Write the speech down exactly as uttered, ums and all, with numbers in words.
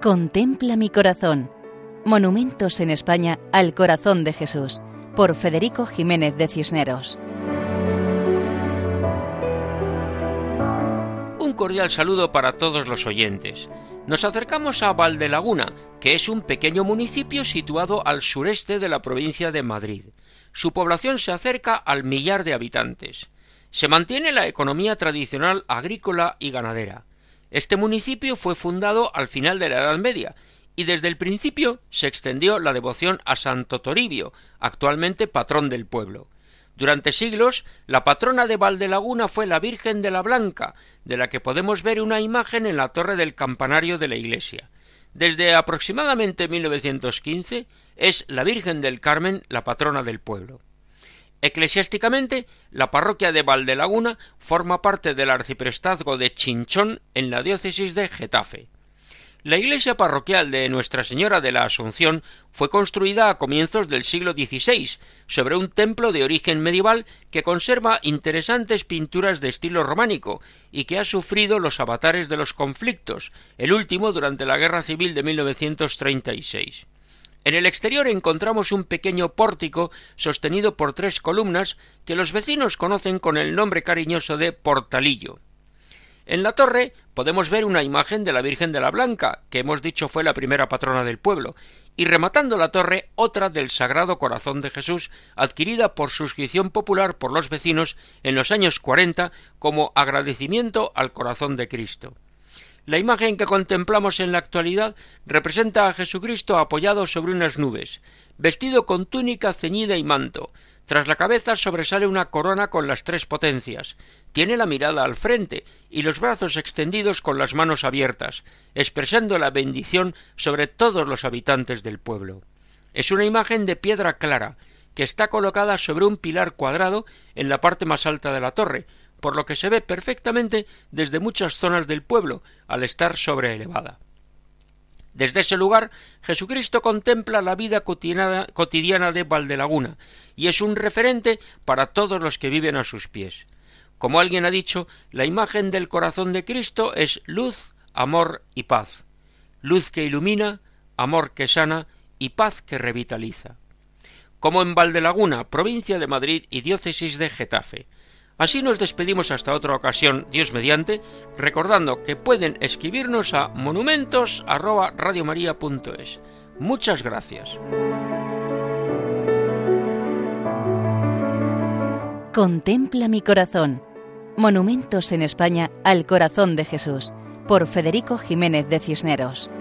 Contempla mi corazón. Monumentos en España al corazón de Jesús, por Federico Jiménez de Cisneros. Un cordial saludo para todos los oyentes. Nos acercamos a Valdelaguna, que es un pequeño municipio situado al sureste de la provincia de Madrid. Su población se acerca al millar de habitantes. Se mantiene la economía tradicional agrícola y ganadera. Este municipio fue fundado al final de la Edad Media y desde el principio se extendió la devoción a Santo Toribio, actualmente patrón del pueblo. Durante siglos, la patrona de Valdelaguna fue la Virgen de la Blanca, de la que podemos ver una imagen en la torre del campanario de la iglesia. Desde aproximadamente mil novecientos quince es la Virgen del Carmen la patrona del pueblo. Eclesiásticamente, la parroquia de Valdelaguna forma parte del arciprestazgo de Chinchón en la diócesis de Getafe. La iglesia parroquial de Nuestra Señora de la Asunción fue construida a comienzos del siglo dieciséis sobre un templo de origen medieval que conserva interesantes pinturas de estilo románico y que ha sufrido los avatares de los conflictos, el último durante la Guerra Civil de mil novecientos treinta y seis. En el exterior encontramos un pequeño pórtico sostenido por tres columnas que los vecinos conocen con el nombre cariñoso de Portalillo. En la torre podemos ver una imagen de la Virgen de la Blanca, que hemos dicho fue la primera patrona del pueblo, y rematando la torre otra del Sagrado Corazón de Jesús, adquirida por suscripción popular por los vecinos en los años cuarenta como agradecimiento al Corazón de Cristo. La imagen que contemplamos en la actualidad representa a Jesucristo apoyado sobre unas nubes, vestido con túnica ceñida y manto. Tras la cabeza sobresale una corona con las tres potencias. Tiene la mirada al frente y los brazos extendidos con las manos abiertas, expresando la bendición sobre todos los habitantes del pueblo. Es una imagen de piedra clara, que está colocada sobre un pilar cuadrado en la parte más alta de la torre, por lo que se ve perfectamente desde muchas zonas del pueblo, al estar sobreelevada. Desde ese lugar, Jesucristo contempla la vida cotidiana, cotidiana de Valdelaguna, y es un referente para todos los que viven a sus pies. Como alguien ha dicho, la imagen del corazón de Cristo es luz, amor y paz. Luz que ilumina, amor que sana y paz que revitaliza. Como en Valdelaguna, provincia de Madrid y diócesis de Getafe. Así nos despedimos hasta otra ocasión, Dios mediante, recordando que pueden escribirnos a monumentos arroba radiomaria punto es. Muchas gracias. Contempla mi corazón. Monumentos en España al corazón de Jesús, por Federico Jiménez de Cisneros.